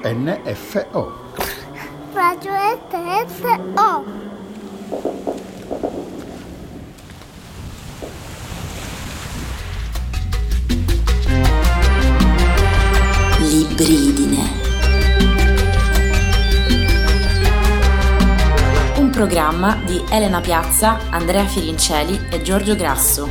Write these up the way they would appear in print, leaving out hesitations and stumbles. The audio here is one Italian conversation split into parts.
NFO. Radio NFO. Libridine. Un programma di Elena Piazza, Andrea Firincelli e Giorgio Grasso.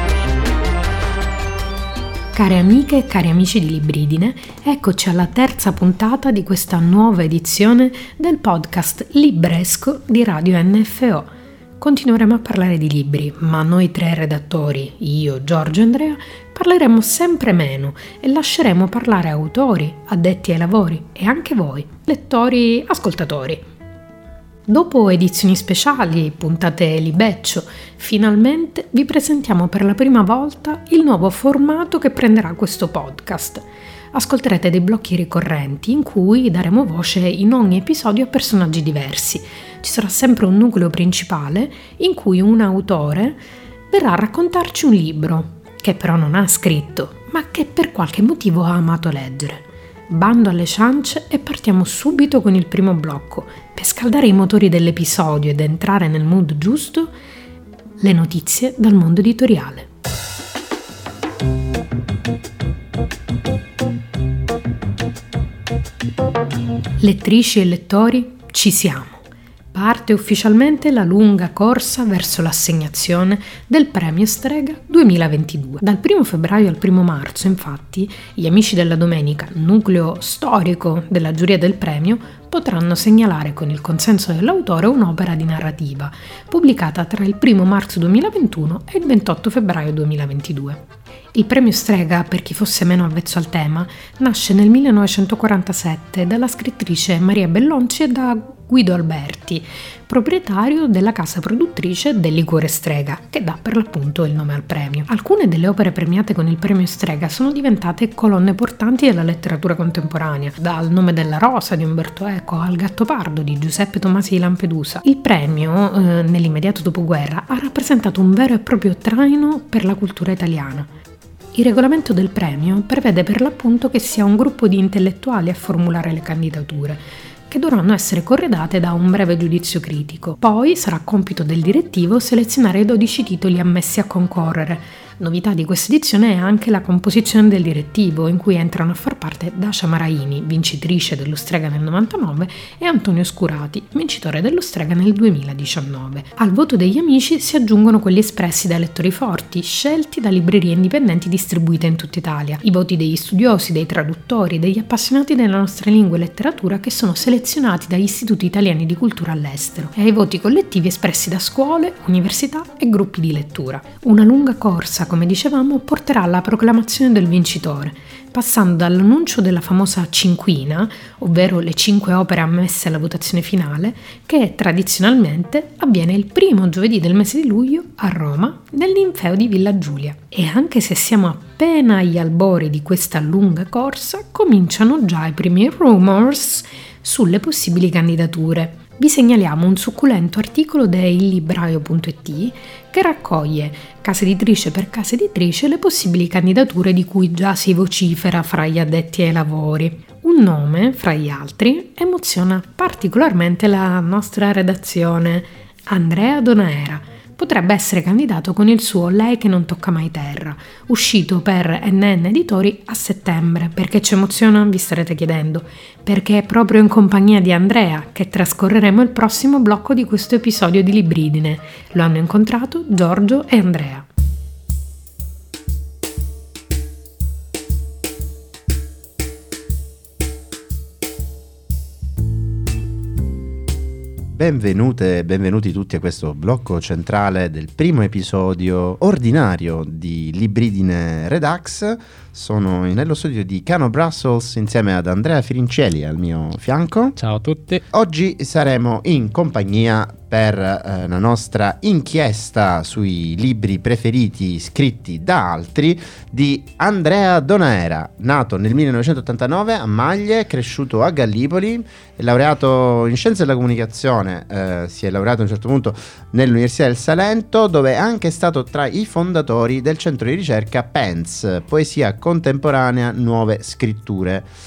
Care amiche e cari amici di Libridine, eccoci alla terza puntata di questa nuova edizione del podcast libresco di Radio NFO. Continueremo a parlare di libri, ma noi tre redattori, io, Giorgio e Andrea, parleremo sempre meno e lasceremo parlare autori, addetti ai lavori e anche voi, lettori, ascoltatori. Dopo edizioni speciali, puntate libeccio, finalmente vi presentiamo per la prima volta il nuovo formato che prenderà questo podcast. Ascolterete dei blocchi ricorrenti in cui daremo voce in ogni episodio a personaggi diversi. Ci sarà sempre un nucleo principale in cui un autore verrà a raccontarci un libro, che però non ha scritto, ma che per qualche motivo ha amato leggere. Bando alle ciance e partiamo subito con il primo blocco. Per scaldare i motori dell'episodio ed entrare nel mood giusto, le notizie dal mondo editoriale. Lettrici e lettori, ci siamo. Parte ufficialmente la lunga corsa verso l'assegnazione del Premio Strega 2022. Dal 1 febbraio al 1 marzo, infatti, gli Amici della Domenica, nucleo storico della giuria del premio, potranno segnalare con il consenso dell'autore un'opera di narrativa, pubblicata tra il 1 marzo 2021 e il 28 febbraio 2022. Il premio Strega, per chi fosse meno avvezzo al tema, nasce nel 1947 dalla scrittrice Maria Bellonci e da Guido Alberti, proprietario della casa produttrice del liquore Strega, che dà per l'appunto il nome al premio. Alcune delle opere premiate con il premio Strega sono diventate colonne portanti della letteratura contemporanea, dal Nome della rosa di Umberto Eco al Gattopardo di Giuseppe Tomasi di Lampedusa. Il premio, nell'immediato dopoguerra, ha rappresentato un vero e proprio traino per la cultura italiana. Il regolamento del premio prevede per l'appunto che sia un gruppo di intellettuali a formulare le candidature, che dovranno essere corredate da un breve giudizio critico. Poi sarà compito del direttivo selezionare i 12 titoli ammessi a concorrere. Novità di questa edizione è anche la composizione del direttivo, in cui entrano a far parte Dacia Maraini, vincitrice dello Strega nel 99, e Antonio Scurati, vincitore dello Strega nel 2019. Al voto degli amici si aggiungono quelli espressi da lettori forti, scelti da librerie indipendenti distribuite in tutta Italia, i voti degli studiosi, dei traduttori, degli appassionati della nostra lingua e letteratura che sono selezionati dagli istituti italiani di cultura all'estero, e ai voti collettivi espressi da scuole, università e gruppi di lettura. Una lunga corsa, come dicevamo, porterà alla proclamazione del vincitore, passando dall'annuncio della famosa cinquina, ovvero le 5 opere ammesse alla votazione finale, che tradizionalmente avviene il primo giovedì del mese di luglio a Roma, nel Ninfeo di Villa Giulia. E anche se siamo appena agli albori di questa lunga corsa, cominciano già i primi rumors sulle possibili candidature. Vi segnaliamo un succulento articolo di illibraio.it che raccoglie, casa editrice per casa editrice, le possibili candidature di cui già si vocifera fra gli addetti ai lavori. Un nome, fra gli altri, emoziona particolarmente la nostra redazione: Andrea Donaera. Potrebbe essere candidato con il suo Lei che non tocca mai terra, uscito per NN Editori a settembre. Perché ci emoziona? Vi starete chiedendo. Perché è proprio in compagnia di Andrea che trascorreremo il prossimo blocco di questo episodio di Libridine. Lo hanno incontrato Giorgio e Andrea. Benvenute e benvenuti tutti a questo blocco centrale del primo episodio ordinario di Libridine Redux. Sono nello studio di Cano Brussels insieme ad Andrea Firincelli al mio fianco. Ciao a tutti. Oggi saremo in compagnia per la nostra inchiesta sui libri preferiti scritti da altri di Andrea Donaera, nato nel 1989 a Maglie, cresciuto a Gallipoli, è laureato in Scienze della Comunicazione, si è laureato a un certo punto nell'Università del Salento, dove è anche stato tra i fondatori del centro di ricerca PENS, Poesia Contemporanea Nuove Scritture.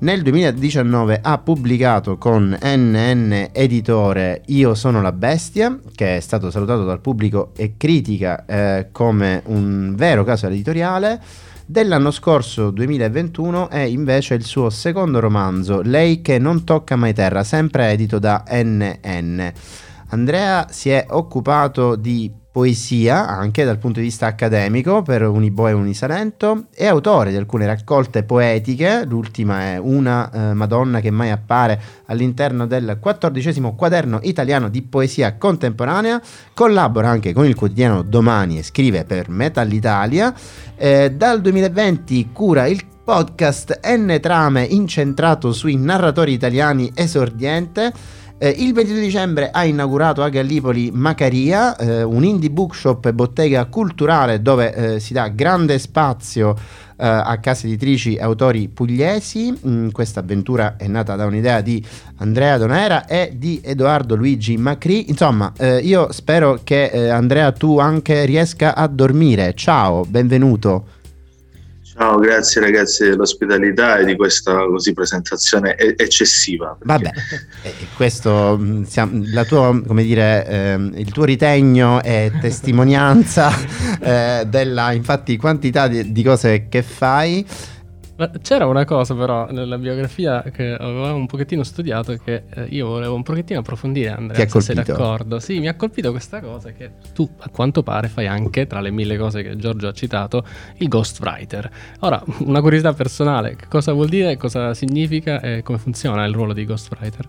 Nel 2019 ha pubblicato con NN Editore Io sono la bestia, che è stato salutato dal pubblico e critica come un vero caso editoriale. Dell'anno scorso 2021 è invece il suo secondo romanzo, Lei che non tocca mai terra, sempre edito da NN. Andrea si è occupato di poesia anche dal punto di vista accademico per Uniboe e Unisalento, è autore di alcune raccolte poetiche, l'ultima è Una Madonna che mai appare all'interno del 14° quaderno italiano di poesia contemporanea, collabora anche con il quotidiano Domani e scrive per Metal Italia, dal 2020 cura il podcast N Trame incentrato sui narratori italiani esordiente. Il 22 dicembre ha inaugurato a Gallipoli Macaria, un indie bookshop e bottega culturale dove si dà grande spazio a case editrici e autori pugliesi. Questa avventura è nata da un'idea di Andrea Donaera e di Edoardo Luigi Macri. Insomma, io spero che Andrea tu anche riesca a dormire. Ciao, benvenuto. Ciao, grazie ragazzi dell'ospitalità e di questa così presentazione eccessiva. Perché... Vabbè, questo la tua, come dire, il tuo ritegno è testimonianza della infatti quantità di cose che fai. C'era una cosa però nella biografia che avevo un pochettino studiato che io volevo un pochettino approfondire, Andrea, se sei d'accordo. Sì, mi ha colpito questa cosa che tu a quanto pare fai anche, tra le 1000 cose che Giorgio ha citato, il ghostwriter. Ora, una curiosità personale, che cosa vuol dire, cosa significa e come funziona il ruolo di ghostwriter?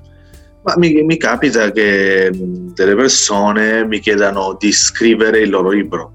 Ma mi capita che delle persone mi chiedano di scrivere il loro libro,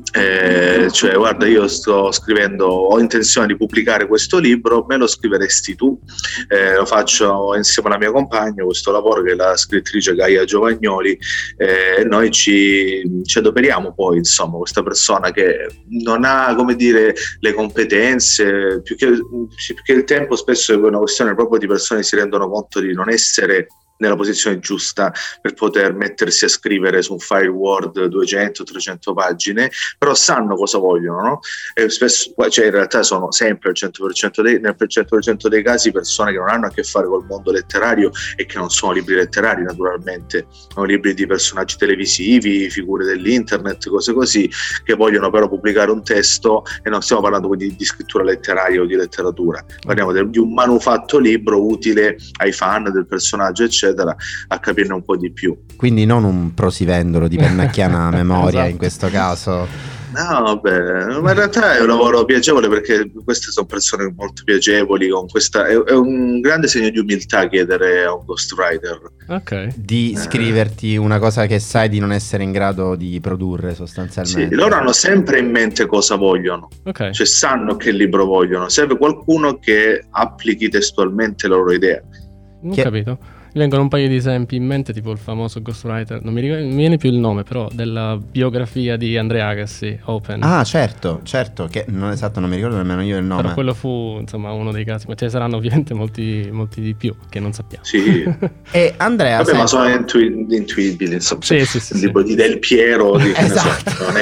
cioè guarda, io sto scrivendo, ho intenzione di pubblicare questo libro, me lo scriveresti tu? Lo faccio insieme alla mia compagna, questo lavoro, che è la scrittrice Gaia Giovagnoli, e noi ci adoperiamo poi, insomma, questa persona che non ha, come dire, le competenze, più che il tempo spesso è una questione proprio di persone che si rendono conto di non essere nella posizione giusta per poter mettersi a scrivere su un file Word 200-300 pagine, però sanno cosa vogliono, no? E spesso, cioè in realtà sono sempre nel 100% dei casi persone che non hanno a che fare col mondo letterario e che non sono libri letterari, naturalmente, sono libri di personaggi televisivi, figure dell'internet, cose così, che vogliono però pubblicare un testo, e non stiamo parlando quindi di scrittura letteraria o di letteratura, parliamo di un manufatto libro utile ai fan del personaggio, eccetera, a capirne un po' di più. Quindi non un prosivendolo di pennacchiana memoria, esatto. In questo caso no, vabbè, ma in realtà è un lavoro piacevole, perché queste sono persone molto piacevoli, con questa è un grande segno di umiltà chiedere a un ghostwriter di scriverti una cosa che sai di non essere in grado di produrre, sostanzialmente. Sì, loro hanno sempre in mente cosa vogliono, cioè sanno che libro vogliono, serve qualcuno che applichi testualmente la loro idea. Non ho capito. Mi vengono un paio di esempi in mente, tipo il famoso ghostwriter, non mi viene più il nome, però della biografia di Andre Agassi, Open. Ah, certo, che non mi ricordo nemmeno io il nome. Però quello fu, insomma, uno dei casi, ma ce ne saranno ovviamente molti di più che non sappiamo. Sì. E Andrea, vabbè, ma sono intuibili, insomma. Sì. Tipo di Del Piero, esatto. Non è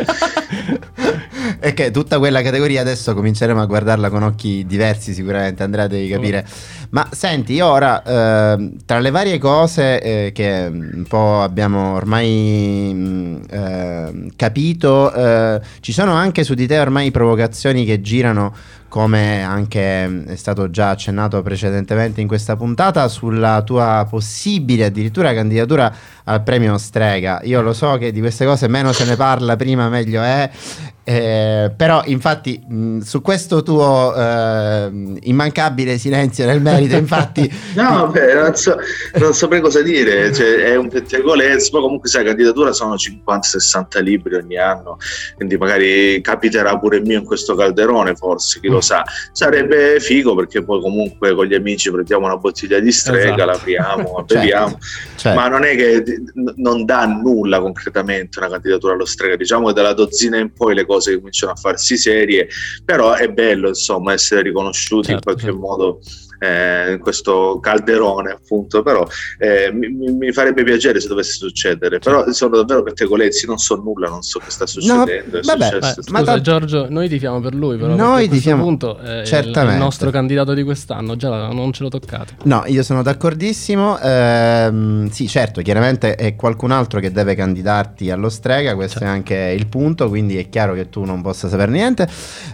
che è che tutta quella categoria adesso cominceremo a guardarla con occhi diversi, sicuramente, Andrea, devi capire. Ma senti, io ora tra le varie cose che un po' abbiamo ormai capito, ci sono anche su di te ormai provocazioni che girano, come anche è stato già accennato precedentemente in questa puntata, sulla tua possibile addirittura candidatura al premio Strega. Io lo so che di queste cose meno se ne parla, prima meglio è, però infatti su questo tuo immancabile silenzio nel merito, infatti no, beh, non saprei cosa dire, cioè, è un pettegolezzo, poi comunque sai, candidatura sono 50-60 libri ogni anno, quindi magari capiterà pure il mio in questo calderone, forse, chi lo sa. Sarebbe figo, perché poi comunque con gli amici prendiamo una bottiglia di Strega, esatto. La apriamo, la beviamo, certo. Ma non è che non dà nulla concretamente una candidatura allo Strega, diciamo che dalla dozzina in poi le cose cominciano a farsi serie, però è bello, insomma, essere riconosciuti, certo, in qualche modo questo calderone appunto, però mi farebbe piacere se dovesse succedere, però sono davvero pettegolezzi, non so nulla, non so che sta succedendo. Scusa Giorgio, noi tifiamo per lui, però noi a questo tifiamo, punto è il nostro candidato di quest'anno, già non ce lo toccate. No, io sono d'accordissimo, sì certo, chiaramente è qualcun altro che deve candidarti allo Strega, questo è anche il punto, quindi è chiaro che tu non possa sapere niente,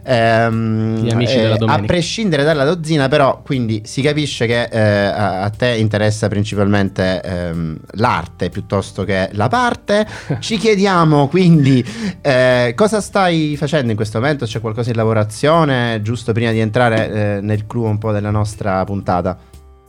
gli amici della domenica, a prescindere dalla dozzina, però quindi si capisce che a te interessa principalmente l'arte piuttosto che la parte. Ci chiediamo quindi cosa stai facendo in questo momento, c'è qualcosa in lavorazione, giusto prima di entrare nel clou un po' della nostra puntata?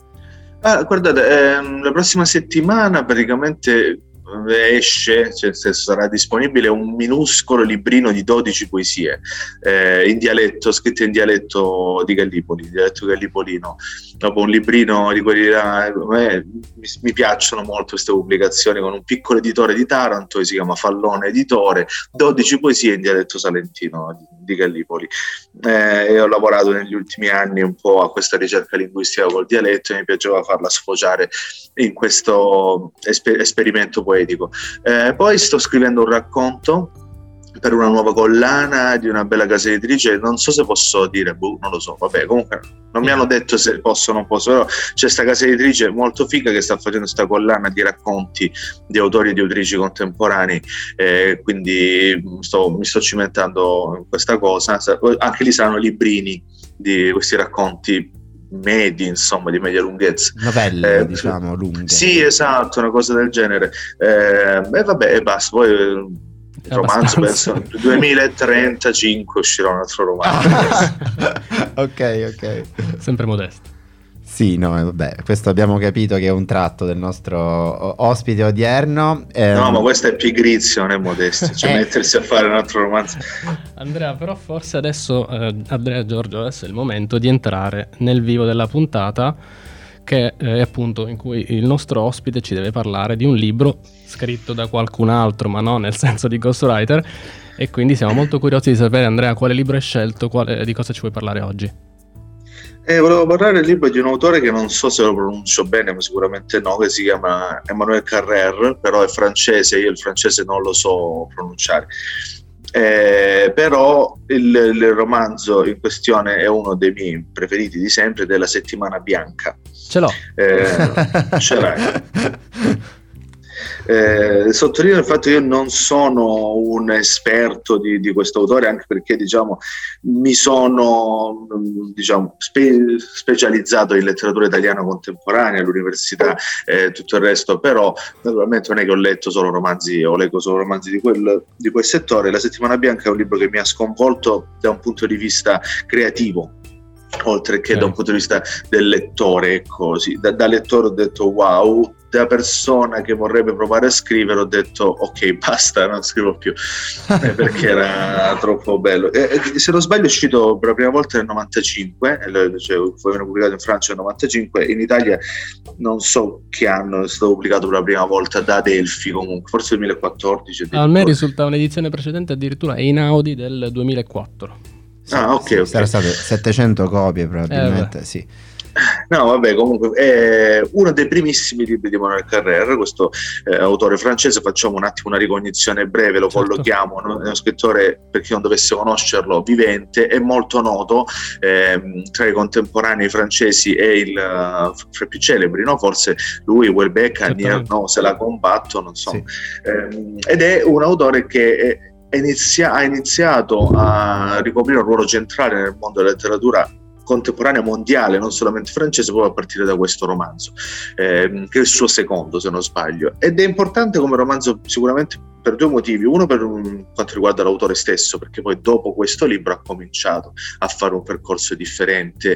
Guardate, la prossima settimana praticamente esce, cioè sarà disponibile un minuscolo librino di 12 poesie in dialetto, scritte in dialetto di Gallipoli, dialetto gallipolino. Dopo un librino di quelli là, mi piacciono molto queste pubblicazioni, con un piccolo editore di Taranto che si chiama Fallone Editore, 12 poesie in dialetto salentino di Gallipoli. E ho lavorato negli ultimi anni un po' a questa ricerca linguistica col dialetto e mi piaceva farla sfociare in questo esperimento poetico. Poi sto scrivendo un racconto per una nuova collana di una bella casa editrice, non so se posso dire, non lo so, vabbè, comunque non mi hanno detto se posso o non posso, però c'è questa casa editrice molto figa che sta facendo questa collana di racconti di autori e di autrici contemporanei, quindi mi sto cimentando in questa cosa. Anche lì saranno librini di questi racconti medi, insomma, di media lunghezza, novelle diciamo lunghe, sì, esatto, una cosa del genere, vabbè, e basta. Poi il romanzo penso nel 2035 uscirà un altro romanzo. ok, sempre modesto. Sì, no, vabbè, questo abbiamo capito che è un tratto del nostro ospite odierno. No, ma questo è pigrizia, non è modestia, cioè mettersi a fare un altro romanzo. Andrea, però forse adesso, Andrea, Giorgio, adesso è il momento di entrare nel vivo della puntata, che è appunto in cui il nostro ospite ci deve parlare di un libro scritto da qualcun altro, ma non nel senso di ghostwriter, e quindi siamo molto curiosi di sapere, Andrea, quale libro hai scelto, di cosa ci vuoi parlare oggi? Volevo parlare del libro di un autore che non so se lo pronuncio bene, ma sicuramente no, che si chiama Emmanuel Carrère, però è francese, io il francese non lo so pronunciare. Però il romanzo in questione è uno dei miei preferiti di sempre, della Settimana Bianca. Ce l'ho. Ce l'hai. Sottolineo il fatto che io non sono un esperto di questo autore, anche perché mi sono specializzato in letteratura italiana contemporanea all'università, tutto il resto, però naturalmente non è che ho letto solo romanzi o leggo solo romanzi di quel settore. La Settimana Bianca è un libro che mi ha sconvolto da un punto di vista creativo, oltre che da un punto di vista del lettore, ecco, sì. Da lettore ho detto wow, da persona che vorrebbe provare a scrivere ho detto ok, basta, non scrivo più, perché era troppo bello. Se non sbaglio è uscito per la prima volta nel 95, cioè fu pubblicato in Francia nel 95, in Italia non so che anno è stato pubblicato per la prima volta da Adelphi, comunque forse 2014. A me risulta un'edizione precedente addirittura Einaudi del 2004. Ok. Saranno state 700 copie probabilmente, sì. No, vabbè, comunque è uno dei primissimi libri di Emmanuel Carrère, questo autore francese. Facciamo un attimo una ricognizione breve, lo collochiamo, no? È uno scrittore, per chi non dovesse conoscerlo, vivente, è molto noto tra i contemporanei francesi, è il fra i più celebri, no? Forse lui, Houellebecq, Agnières, no, se la combatto, non so, sì. Ed è un autore che ha iniziato a ricoprire un ruolo centrale nel mondo della letteratura contemporanea mondiale, non solamente francese, proprio a partire da questo romanzo, che è il suo secondo, se non sbaglio. Ed è importante come romanzo sicuramente per due motivi. Uno, per quanto riguarda l'autore stesso, perché poi dopo questo libro ha cominciato a fare un percorso differente,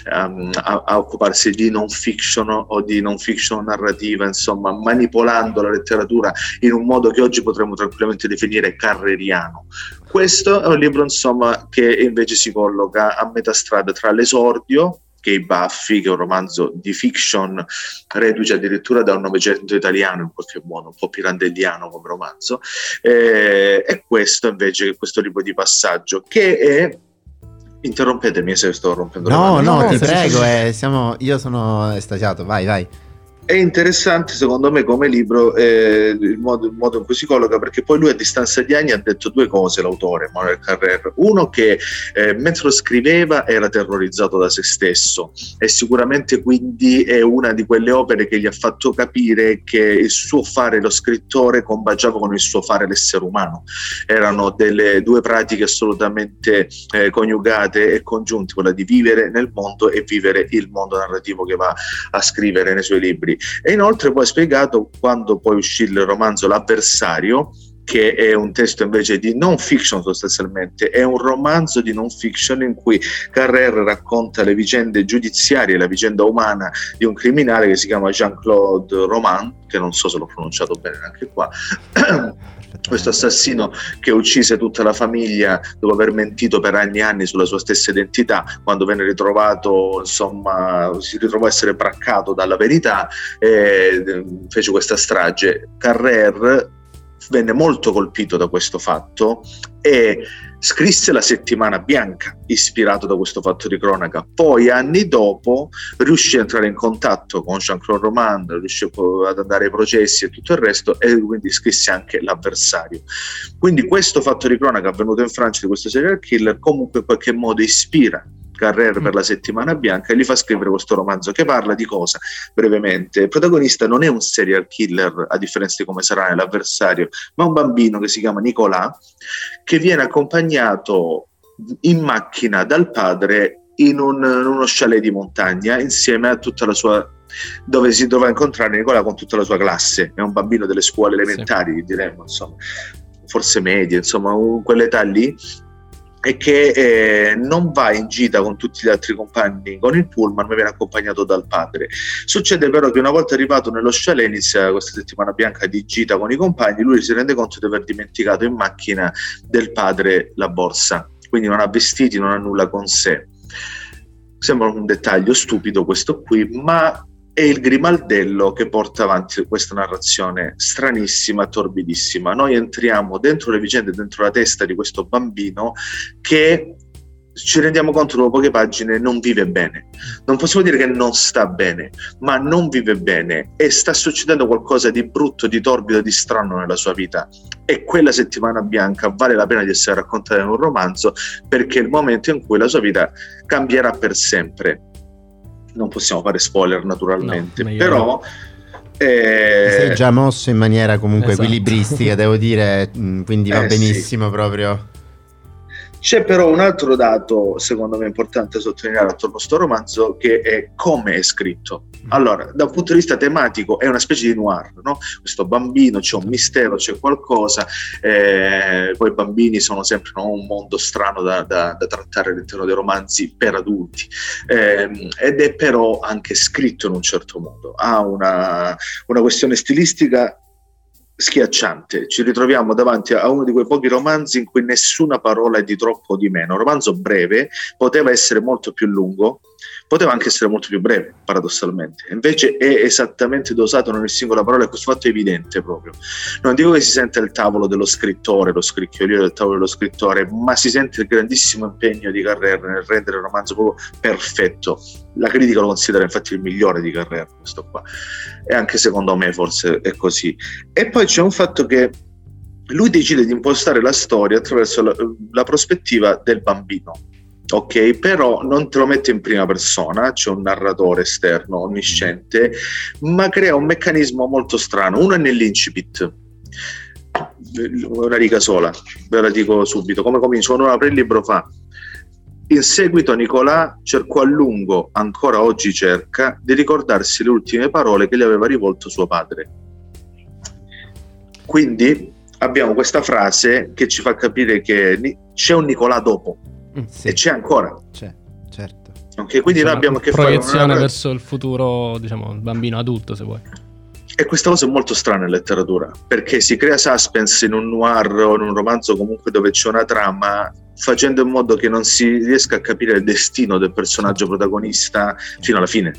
a occuparsi di non fiction o di non fiction narrativa, insomma, manipolando la letteratura in un modo che oggi potremmo tranquillamente definire carreriano. Questo è un libro, insomma, che invece si colloca a metà strada tra l'esordio, che è I Baffi, che è un romanzo di fiction reduce addirittura da un Novecento italiano, in qualche modo un po' pirandelliano come romanzo, e questo invece, che è questo libro di passaggio, che è Interrompetemi se sto rompendo No, ti prego, io sono estasiato, vai. È interessante secondo me come libro il modo in cui si colloca, perché poi lui a distanza di anni ha detto due cose, l'autore Manuel Carrer. Uno, che mentre lo scriveva era terrorizzato da se stesso, e sicuramente quindi è una di quelle opere che gli ha fatto capire che il suo fare lo scrittore combaciava con il suo fare l'essere umano. Erano delle due pratiche assolutamente coniugate e congiunte, quella di vivere nel mondo e vivere il mondo narrativo che va a scrivere nei suoi libri. E inoltre poi ha spiegato, quando poi uscì il romanzo L'Avversario, che è un testo invece di non fiction, sostanzialmente è un romanzo di non fiction in cui Carrer racconta le vicende giudiziarie, la vicenda umana di un criminale che si chiama Jean-Claude Roman, che non so se l'ho pronunciato bene anche qua, questo assassino che uccise tutta la famiglia dopo aver mentito per anni e anni sulla sua stessa identità. Quando venne ritrovato, insomma, si ritrovò a essere braccato dalla verità e fece questa strage. Carrer venne molto colpito da questo fatto e scrisse La Settimana Bianca, ispirato da questo fatto di cronaca. Poi, anni dopo, riuscì a entrare in contatto con Jean-Claude Roman, riuscì ad andare ai processi e tutto il resto, e quindi scrisse anche L'Avversario. Quindi questo fatto di cronaca avvenuto in Francia di questo serial killer comunque in qualche modo ispira Carrer per La Settimana Bianca e gli fa scrivere questo romanzo che parla di cosa? Brevemente, il protagonista non è un serial killer, a differenza di come sarà nell'Avversario, ma un bambino che si chiama Nicolas, che viene accompagnato in macchina dal padre in uno chalet di montagna insieme a tutta la sua, dove si dovrà incontrare Nicolas con tutta la sua classe. È un bambino delle scuole elementari, diremmo, insomma, forse medie, insomma, quell'età lì, e che non va in gita con tutti gli altri compagni con il pullman, ma viene accompagnato dal padre. Succede però che una volta arrivato nello chalet, inizia questa settimana bianca di gita con i compagni, lui si rende conto di aver dimenticato in macchina del padre la borsa, quindi non ha vestiti, non ha nulla con sé. Sembra un dettaglio stupido questo qui, ma è il grimaldello che porta avanti questa narrazione stranissima, torbidissima. Noi entriamo dentro le vicende, dentro la testa di questo bambino che ci rendiamo conto dopo poche pagine non vive bene. Non possiamo dire che non sta bene, ma non vive bene e sta succedendo qualcosa di brutto, di torbido, di strano nella sua vita. E quella settimana bianca vale la pena di essere raccontata in un romanzo, perché è il momento in cui la sua vita cambierà per sempre. Non possiamo fare spoiler naturalmente, no, però sei già mosso in maniera comunque equilibristica, devo dire, quindi va benissimo, sì. Proprio. C'è però un altro dato secondo me importante sottolineare attorno a questo romanzo, che è come è scritto. Allora, da un punto di vista tematico è una specie di noir, no? Questo bambino, c'è un mistero, c'è qualcosa, poi i bambini sono sempre, no, un mondo strano da trattare all'interno dei romanzi per adulti, ed è però anche scritto in un certo modo, ha una questione stilistica schiacciante. Ci ritroviamo davanti a uno di quei pochi romanzi in cui nessuna parola è di troppo o di meno. Un romanzo breve, poteva essere molto più lungo, poteva anche essere molto più breve, paradossalmente. Invece è esattamente dosato in ogni singola parola, e questo fatto è evidente proprio. Non dico che si sente il tavolo dello scrittore, lo scricchiolio del tavolo dello scrittore, ma si sente il grandissimo impegno di Carrer nel rendere il romanzo proprio perfetto. La critica lo considera infatti il migliore di Carrer, questo qua, e anche secondo me forse è così. E poi c'è un fatto che lui decide di impostare la storia attraverso la prospettiva del bambino. Ok, però non te lo mette in prima persona, c'è un narratore esterno onnisciente, ma crea un meccanismo molto strano. Uno è nell'incipit, una riga sola, ve la dico subito. Come comincia? Uno apre il libro, fa: in seguito Nicolas cercò a lungo, ancora oggi cerca, di ricordarsi le ultime parole che gli aveva rivolto suo padre. Quindi abbiamo questa frase che ci fa capire che c'è un Nicolas dopo. Sì. E c'è ancora, certo. Okay, quindi noi abbiamo che fare proiezione verso il futuro, diciamo, il bambino adulto, se vuoi. E questa cosa è molto strana in letteratura, perché si crea suspense in un noir o in un romanzo comunque dove c'è una trama facendo in modo che non si riesca a capire il destino del personaggio protagonista fino alla fine.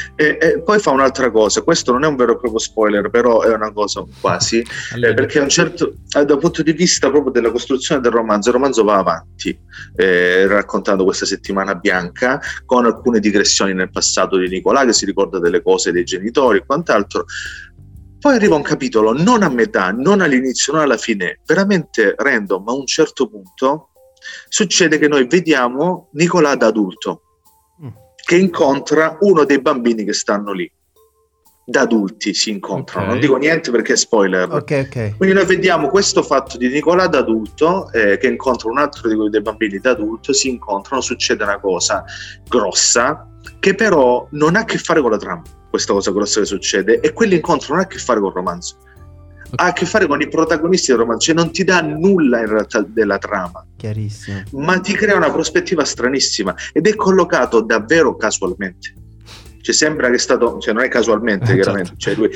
E poi fa un'altra cosa, questo non è un vero e proprio spoiler, però è una cosa quasi, perché dal punto di vista proprio della costruzione del romanzo, il romanzo va avanti, raccontando questa settimana bianca con alcune digressioni nel passato di Nicolà, che si ricorda delle cose dei genitori e quant'altro. Poi arriva un capitolo non a metà, non all'inizio, non alla fine, veramente random, ma a un certo punto succede che noi vediamo Nicolà da adulto che incontra uno dei bambini che stanno lì. Da adulti si incontrano, non dico niente perché è spoiler. Quindi noi vediamo questo fatto di Nicolà da adulto che incontra un altro dei bambini da adulto, si incontrano, succede una cosa grossa che però non ha a che fare con la trama, questa cosa grossa che succede, e quell'incontro non ha a che fare con il romanzo, ha a che fare con i protagonisti del romanzo, cioè non ti dà nulla in realtà della trama, chiarissimo, ma ti crea una prospettiva stranissima ed è collocato davvero casualmente. Cioè sembra che è stato, cioè non è casualmente chiaramente, cioè lui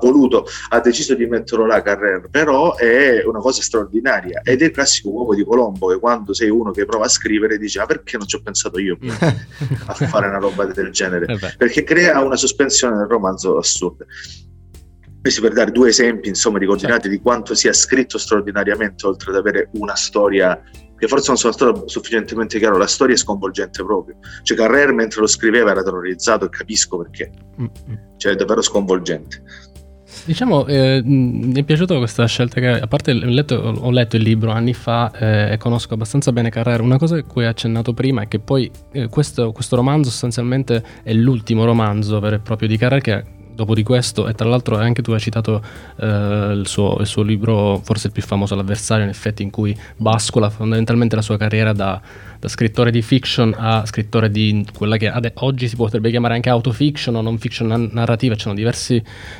ha deciso di metterlo là Carrère, però è una cosa straordinaria ed è il classico uovo di Colombo, che quando sei uno che prova a scrivere dice perché non ci ho pensato io a fare una roba del genere, perché crea una sospensione del romanzo assurda. Questi per dare due esempi insomma di coordinate di quanto sia scritto straordinariamente, oltre ad avere una storia che forse non sono stato sufficientemente chiaro, la storia è sconvolgente proprio, cioè Carrère mentre lo scriveva era terrorizzato e capisco perché, cioè è davvero sconvolgente. Diciamo, mi è piaciuta questa scelta che, a parte ho letto il libro anni fa e conosco abbastanza bene Carrère. Una cosa a cui hai accennato prima è che poi questo romanzo sostanzialmente è l'ultimo romanzo vero e proprio di Carrère, che dopo di questo, e tra l'altro anche tu hai citato il suo libro, forse il più famoso, L'avversario, in effetti, in cui bascula fondamentalmente la sua carriera da scrittore di fiction a scrittore di quella che oggi si potrebbe chiamare anche autofiction o non fiction narrativa. C'erano diverse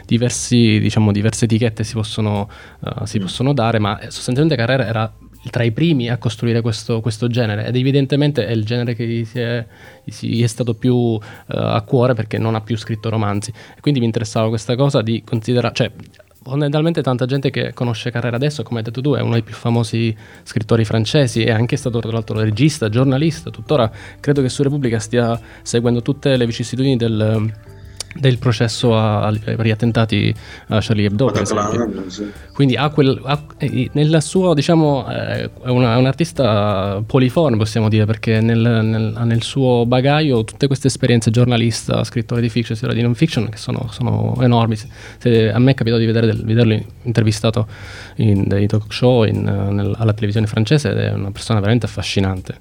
etichette si possono dare, ma sostanzialmente Carrère era tra i primi a costruire questo genere, ed evidentemente è il genere che gli è stato più a cuore, perché non ha più scritto romanzi, e quindi mi interessava questa cosa di considerare, cioè fondamentalmente tanta gente che conosce Carrère adesso, come hai detto tu, è uno dei più famosi scrittori francesi, è anche stato tra l'altro regista, giornalista, tuttora credo che su Repubblica stia seguendo tutte le vicissitudini del processo per gli attentati a Charlie Hebdo, per esempio. Quindi nella sua, diciamo, è un artista poliforme, possiamo dire, perché nel suo bagaglio tutte queste esperienze, giornalista, scrittore di fiction, scrittore di non fiction, che sono enormi. A me è capitato di vederlo intervistato in dei talk show alla televisione francese, ed è una persona veramente affascinante.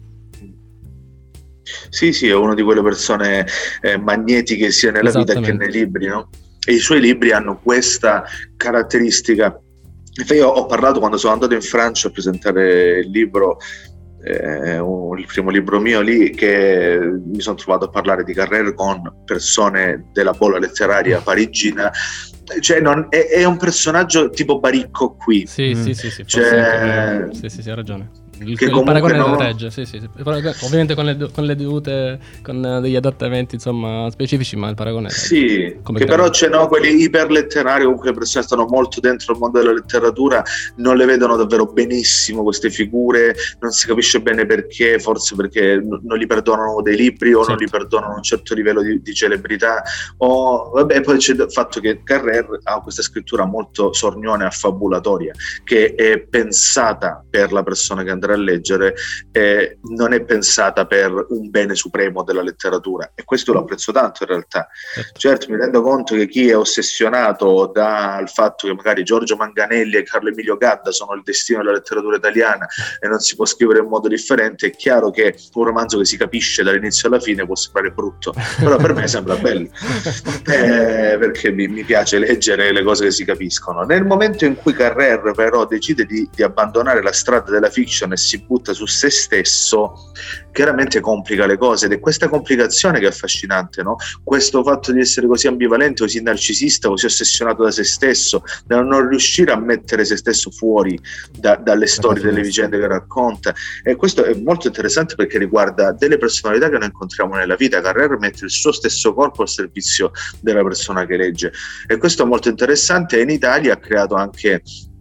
Sì, è una di quelle persone magnetiche sia nella vita che nei libri, no? E i suoi libri hanno questa caratteristica. Io ho parlato quando sono andato in Francia a presentare il libro, il primo libro mio lì, che mi sono trovato a parlare di Carrère con persone della bolla letteraria parigina. Cioè è un personaggio tipo Baricco qui. Sì, cioè, sì, ha ragione. Il paragone non regge, sì. Ovviamente con le dovute, con degli adattamenti insomma specifici, ma il paragone sì, che però c'è quelli iperletterari, comunque le persone stanno molto dentro il mondo della letteratura, non le vedono davvero benissimo queste figure, non si capisce bene perché, forse perché non li perdonano dei libri o non li perdonano un certo livello di celebrità, o vabbè, poi c'è il fatto che Carrère ha questa scrittura molto sornione e affabulatoria, che è pensata per la persona che andrà a leggere, non è pensata per un bene supremo della letteratura, e questo lo apprezzo tanto in realtà. Certo, mi rendo conto che chi è ossessionato dal fatto che magari Giorgio Manganelli e Carlo Emilio Gadda sono il destino della letteratura italiana e non si può scrivere in modo differente, è chiaro che un romanzo che si capisce dall'inizio alla fine può sembrare brutto, però per me sembra bello, perché mi piace leggere le cose che si capiscono. Nel momento in cui Carrère però decide di abbandonare la strada della fiction e si butta su se stesso, chiaramente complica le cose, ed è questa complicazione che è affascinante, no? Questo fatto di essere così ambivalente, così narcisista, così ossessionato da se stesso, da non riuscire a mettere se stesso fuori dalle storie, delle vicende che racconta. E questo è molto interessante perché riguarda delle personalità che noi incontriamo nella vita. Carrère mette il suo stesso corpo al servizio della persona che legge, e questo è molto interessante. E in Italia ha creato anche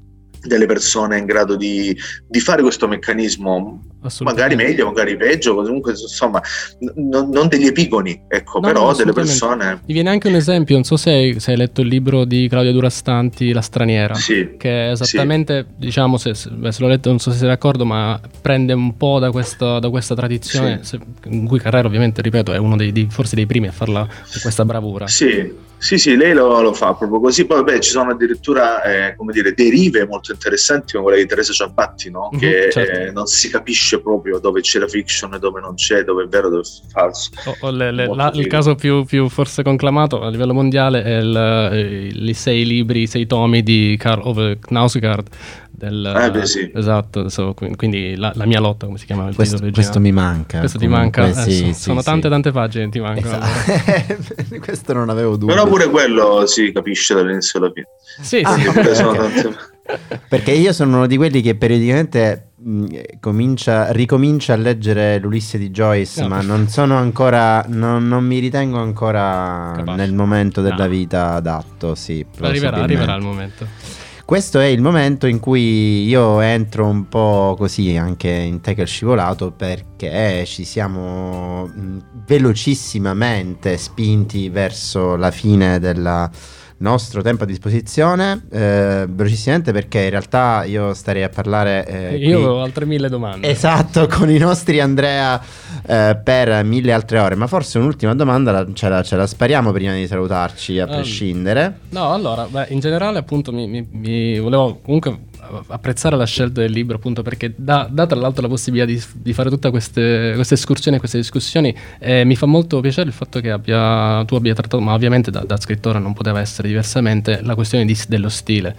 delle persone in grado di fare questo meccanismo, magari meglio, magari peggio, comunque insomma non degli epigoni, ecco, no, però delle persone. Mi viene anche un esempio, non so se hai letto il libro di Claudio Durastanti, La straniera, sì, che è esattamente, sì, diciamo, se l'ho letto, non so se sei d'accordo, ma prende un po' da questa tradizione, sì, in cui Carrera, ovviamente, ripeto, è uno forse dei primi a farla con questa bravura. Sì, lei lo fa proprio così. Poi ci sono addirittura derive molto interessanti come quella di Teresa Ciabatti, no? Che certo, non si capisce proprio dove c'è la fiction e dove non c'è, dove è vero e dove è falso. Il caso più forse conclamato a livello mondiale è i 6 libri, 6 tomi di Karl Ove Knausgaard. Sì. Esatto, quindi la mia lotta, come si chiama il titolo originale? Questo mi manca. Questo ti manca? Sono tante pagine, ti mancano. Esatto. Questo non avevo dubbi. Però pure quello si capisce dall'inizio alla fine. Sì. Sono tante... Perché io sono uno di quelli che periodicamente ricomincia a leggere l'Ulisse di Joyce, ma non sono ancora, non mi ritengo ancora capace, nel momento della vita adatto. Sì, arriverà il momento. Questo è il momento in cui io entro un po' così anche in Tackle Scivolato, perché ci siamo velocissimamente spinti verso la fine del nostro tempo a disposizione, velocissimamente, perché in realtà io starei a parlare io avevo altre 1000 domande, esatto, con i nostri Andrea per 1000 altre ore, ma forse un'ultima domanda ce la spariamo prima di salutarci, a prescindere. No, allora, in generale, appunto, mi volevo comunque apprezzare la scelta del libro, appunto perché dà tra l'altro la possibilità di fare tutte queste escursioni e queste discussioni, e mi fa molto piacere il fatto che tu abbia trattato, ma ovviamente da scrittore non poteva essere diversamente, la questione dello stile,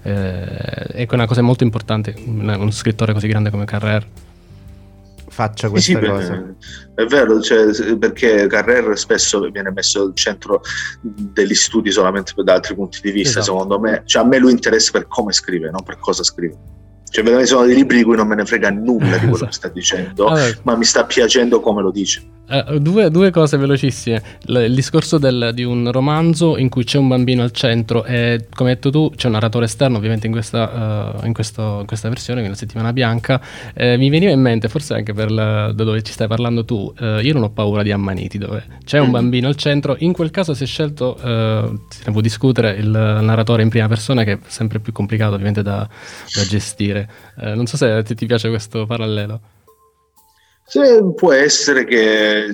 è una cosa molto importante, uno scrittore così grande come Carrère faccia questa cosa. È vero, perché Carrère spesso viene messo al centro degli studi solamente da altri punti di vista, esatto. Secondo me, a me lui interessa per come scrive, non per cosa scrive. Veramente sono dei libri di cui non me ne frega nulla di quello che sta dicendo, ma mi sta piacendo come lo dice. Due cose velocissime. Il discorso di un romanzo in cui c'è un bambino al centro e, come hai detto tu, c'è un narratore esterno, ovviamente in questa versione, quindi La settimana bianca. Mi veniva in mente, forse anche da dove ci stai parlando tu, io non ho paura di Ammaniti, dove c'è un bambino al centro. In quel caso si è scelto, se ne può discutere, il narratore in prima persona, che è sempre più complicato ovviamente da gestire. Non so se ti piace questo parallelo. Può essere che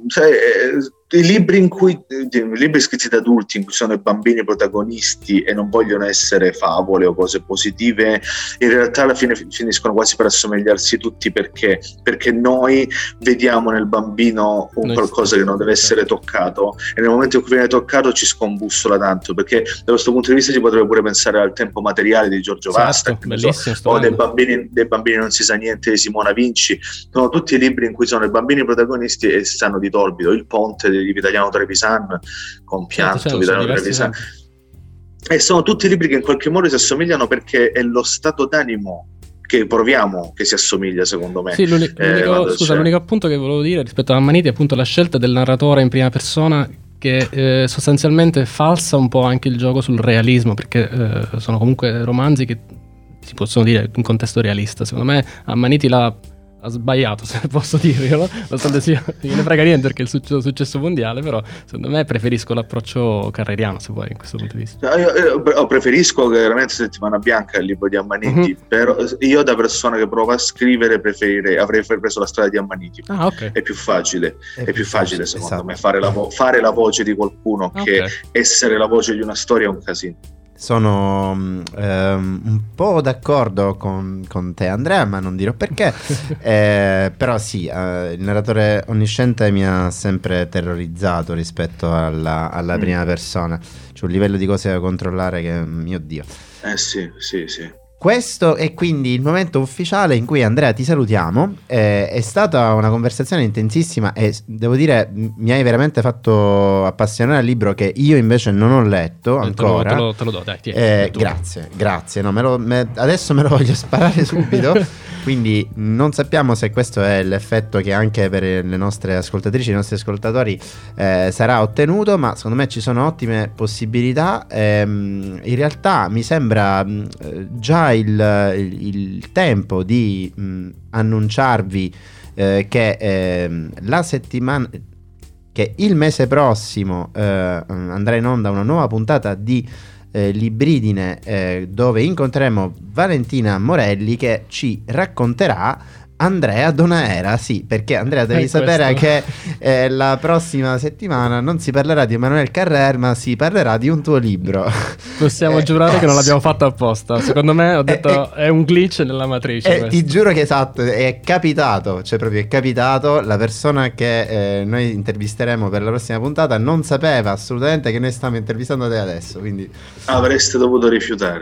i libri scritti da adulti in cui sono i bambini protagonisti e non vogliono essere favole o cose positive, in realtà alla fine finiscono quasi per assomigliarsi tutti, perché noi vediamo nel bambino qualcosa che non deve essere toccato, e nel momento in cui viene toccato ci scombussola tanto, perché da questo punto di vista si potrebbe pure pensare al Tempo materiale di Giorgio Vasta, o dei bambini non si sa niente di Simona Vinci. Sono tutti libri in cui sono i bambini protagonisti e stanno di torbido. Il Ponte di Vitaliano Trevisan, con Pianto, Vitaliano Trevisan, e sono tutti libri che in qualche modo si assomigliano, perché è lo stato d'animo che proviamo che si assomiglia, secondo me. Sì, l'unico appunto che volevo dire rispetto a Ammaniti è appunto la scelta del narratore in prima persona, che sostanzialmente falsa un po' anche il gioco sul realismo, perché sono comunque romanzi che si possono dire in contesto realista. Secondo me Ammaniti ha sbagliato, se posso dirlo, nonostante non ne frega niente perché è il successo mondiale, però secondo me preferisco l'approccio carreriano, se vuoi, in questo punto di vista. Io preferisco veramente Settimana Bianca, il libro di Ammaniti, però io, da persona che prova a scrivere, avrei preso la strada di Ammaniti. Okay. È più facile, secondo me, fare la voce di qualcuno, che essere la voce di una storia è un casino. Sono un po' d'accordo con te, Andrea, ma non dirò perché. Però sì, il narratore onnisciente mi ha sempre terrorizzato rispetto alla prima persona. C'è un livello di cose da controllare che, mio Dio. Sì. Questo è quindi il momento ufficiale in cui, Andrea, ti salutiamo. È stata una conversazione intensissima e devo dire mi hai veramente fatto appassionare al libro, che io invece non ho letto ancora. Te lo do, dai, tieni. Grazie. No, adesso me lo voglio sparare subito. Quindi non sappiamo se questo è l'effetto che anche per le nostre ascoltatrici e i nostri ascoltatori sarà ottenuto, ma secondo me ci sono ottime possibilità. In realtà mi sembra già il tempo di annunciarvi che la settimana, che il mese prossimo andrà in onda una nuova puntata di Libridine, dove incontreremo Valentina Morelli, che ci racconterà Andrea Donaera. Sì, perché Andrea, devi sapere che la prossima settimana non si parlerà di Emmanuel Carrère, ma si parlerà di un tuo libro. Possiamo giurare che non l'abbiamo fatto apposta. Secondo me, ho detto, è un glitch nella matrice. Ti giuro che esatto, è capitato, cioè proprio è capitato. La persona che noi intervisteremo per la prossima puntata non sapeva assolutamente che noi stiamo intervistando te adesso, quindi avreste dovuto rifiutare.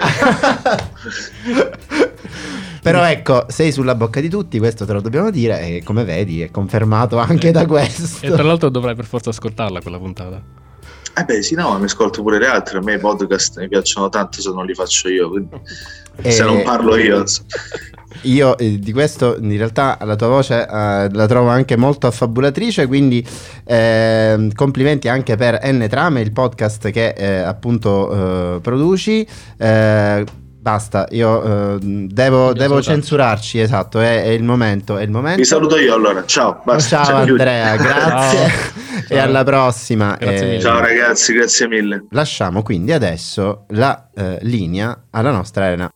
Però ecco, sei sulla bocca di tutti, questo te lo dobbiamo dire, e come vedi è confermato anche da questo. E tra l'altro dovrai per forza ascoltarla quella puntata. Sì, no, mi ascolto pure le altre. A me i podcast mi piacciono tanto se non li faccio io, quindi se non parlo io. Io di questo in realtà la tua voce la trovo anche molto affabulatrice, quindi complimenti anche per N Trame, il podcast che appunto produci. Basta, io devo censurarci, esatto, è il momento. Vi saluto io allora, ciao. Basta, ciao Andrea, grazie. Ciao. E alla prossima. Ciao ragazzi, grazie mille. Lasciamo quindi adesso la linea alla nostra Elena.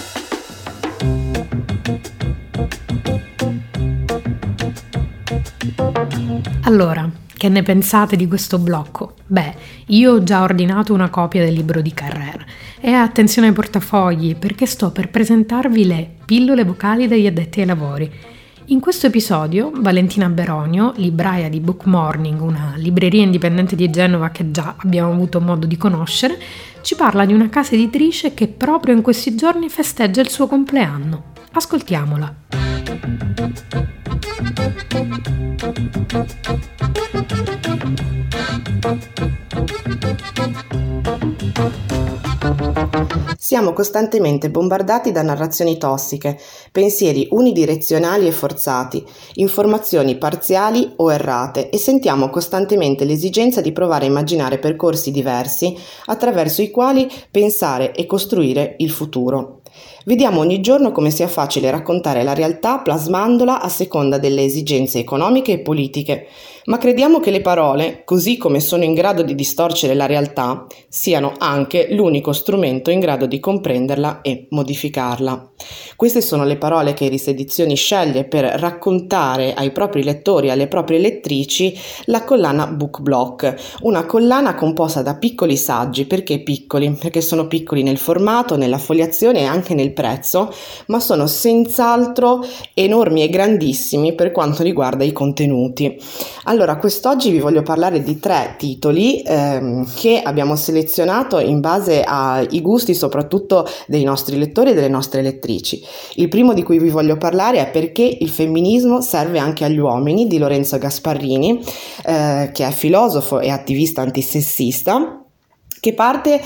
Allora, che ne pensate di questo blocco? Beh, io ho già ordinato una copia del libro di Carrère e attenzione ai portafogli, perché sto per presentarvi le pillole vocali degli addetti ai lavori. In questo episodio Valentina Beronio, libraia di Book Morning, una libreria indipendente di Genova che già abbiamo avuto modo di conoscere, ci parla di una casa editrice che proprio in questi giorni festeggia il suo compleanno. Ascoltiamola. Siamo costantemente bombardati da narrazioni tossiche, pensieri unidirezionali e forzati, informazioni parziali o errate, e sentiamo costantemente l'esigenza di provare a immaginare percorsi diversi attraverso i quali pensare e costruire il futuro. Vediamo ogni giorno come sia facile raccontare la realtà plasmandola a seconda delle esigenze economiche e politiche, ma crediamo che le parole, così come sono in grado di distorcere la realtà, siano anche l'unico strumento in grado di comprenderla e modificarla. Queste sono le parole che Iris Edizioni sceglie per raccontare ai propri lettori e alle proprie lettrici la collana Book Block, una collana composta da piccoli saggi. Perché piccoli? Perché sono piccoli nel formato, nella fogliazione e anche nel prezzo, ma sono senz'altro enormi e grandissimi per quanto riguarda i contenuti. Allora, quest'oggi vi voglio parlare di 3 titoli che abbiamo selezionato in base ai gusti soprattutto dei nostri lettori e delle nostre lettrici. Il primo di cui vi voglio parlare è Perché il femminismo serve anche agli uomini, di Lorenzo Gasparrini, che è filosofo e attivista antisessista, che parte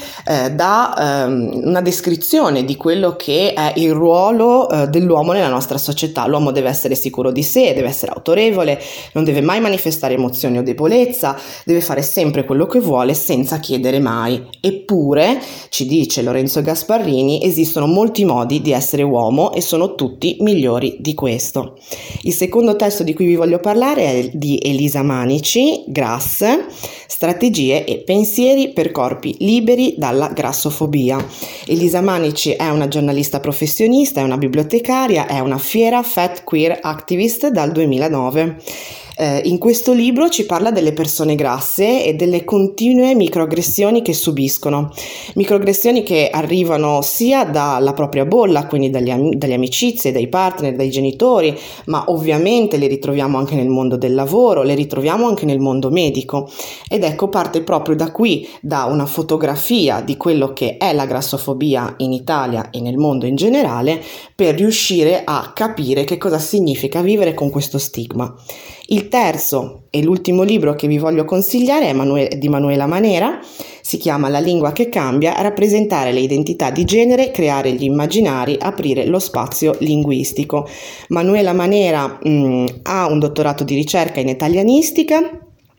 da una descrizione di quello che è il ruolo dell'uomo nella nostra società. L'uomo deve essere sicuro di sé, deve essere autorevole, non deve mai manifestare emozioni o debolezza, deve fare sempre quello che vuole senza chiedere mai. Eppure, ci dice Lorenzo Gasparrini, esistono molti modi di essere uomo e sono tutti migliori di questo. Il secondo testo di cui vi voglio parlare è di Elisa Manici, Grass, strategie e pensieri per corpi liberi dalla grassofobia. Elisa Manici è una giornalista professionista, è una bibliotecaria, è una fiera fat queer activist dal 2009. In questo libro ci parla delle persone grasse e delle continue microaggressioni che subiscono, microaggressioni che arrivano sia dalla propria bolla, quindi dalle amicizie, dai partner, dai genitori, ma ovviamente le ritroviamo anche nel mondo del lavoro, le ritroviamo anche nel mondo medico. Ed ecco, parte proprio da qui, da una fotografia di quello che è la grassofobia in Italia e nel mondo in generale, per riuscire a capire che cosa significa vivere con questo stigma. Il terzo e l'ultimo libro che vi voglio consigliare è di Manuela Manera, si chiama La lingua che cambia, rappresentare le identità di genere, creare gli immaginari, aprire lo spazio linguistico. Manuela Manera ha un dottorato di ricerca in italianistica,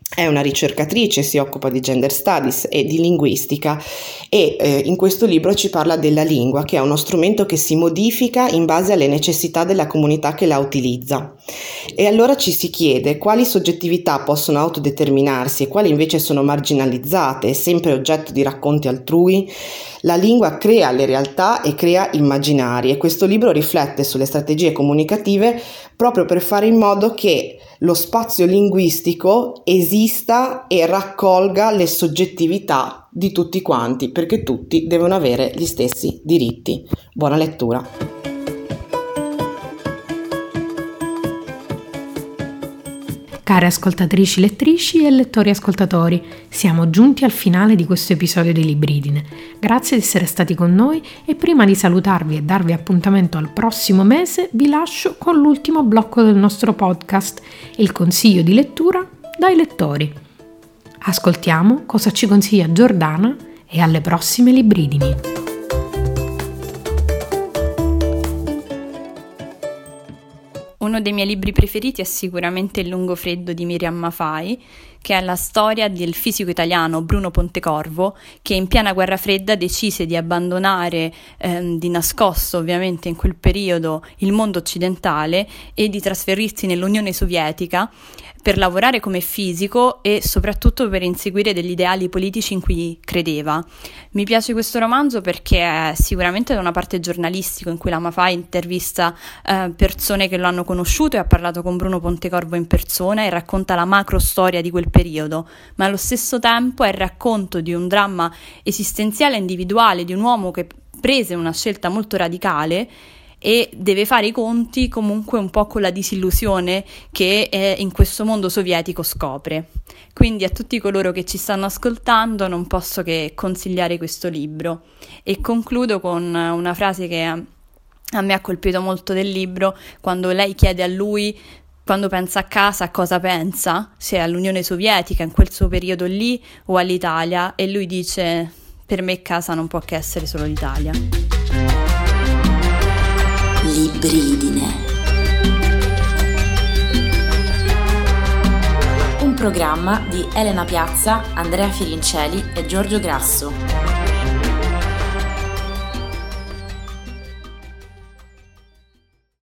È una ricercatrice, si occupa di gender studies e di linguistica e in questo libro ci parla della lingua, che è uno strumento che si modifica in base alle necessità della comunità che la utilizza. E allora ci si chiede quali soggettività possono autodeterminarsi e quali invece sono marginalizzate, sempre oggetto di racconti altrui. La lingua crea le realtà e crea immaginari, e questo libro riflette sulle strategie comunicative proprio per fare in modo che lo spazio linguistico esista e raccolga le soggettività di tutti quanti, perché tutti devono avere gli stessi diritti. Buona lettura. Care ascoltatrici lettrici e lettori ascoltatori, siamo giunti al finale di questo episodio di Libridine. Grazie di essere stati con noi e prima di salutarvi e darvi appuntamento al prossimo mese vi lascio con l'ultimo blocco del nostro podcast, il consiglio di lettura dai lettori. Ascoltiamo cosa ci consiglia Giordana e alle prossime Libridini. Uno dei miei libri preferiti è sicuramente Il lungo freddo di Miriam Mafai, che è la storia del fisico italiano Bruno Pontecorvo, che in piena guerra fredda decise di abbandonare di nascosto, ovviamente in quel periodo, il mondo occidentale e di trasferirsi nell'Unione Sovietica per lavorare come fisico e soprattutto per inseguire degli ideali politici in cui credeva. Mi piace questo romanzo perché è sicuramente da una parte giornalistico, in cui la Mafai intervista persone che lo hanno conosciuto e ha parlato con Bruno Pontecorvo in persona e racconta la macro storia di quel periodo, ma allo stesso tempo è il racconto di un dramma esistenziale e individuale di un uomo che prese una scelta molto radicale e deve fare i conti comunque un po' con la disillusione che in questo mondo sovietico scopre. Quindi a tutti coloro che ci stanno ascoltando non posso che consigliare questo libro, e concludo con una frase che a me ha colpito molto del libro, quando lei chiede a lui, quando pensa a casa, a cosa pensa, se all'Unione Sovietica in quel suo periodo lì o all'Italia, e lui dice: per me casa non può che essere solo l'Italia. Libridine. Un programma di Elena Piazza, Andrea Firincelli e Giorgio Grasso.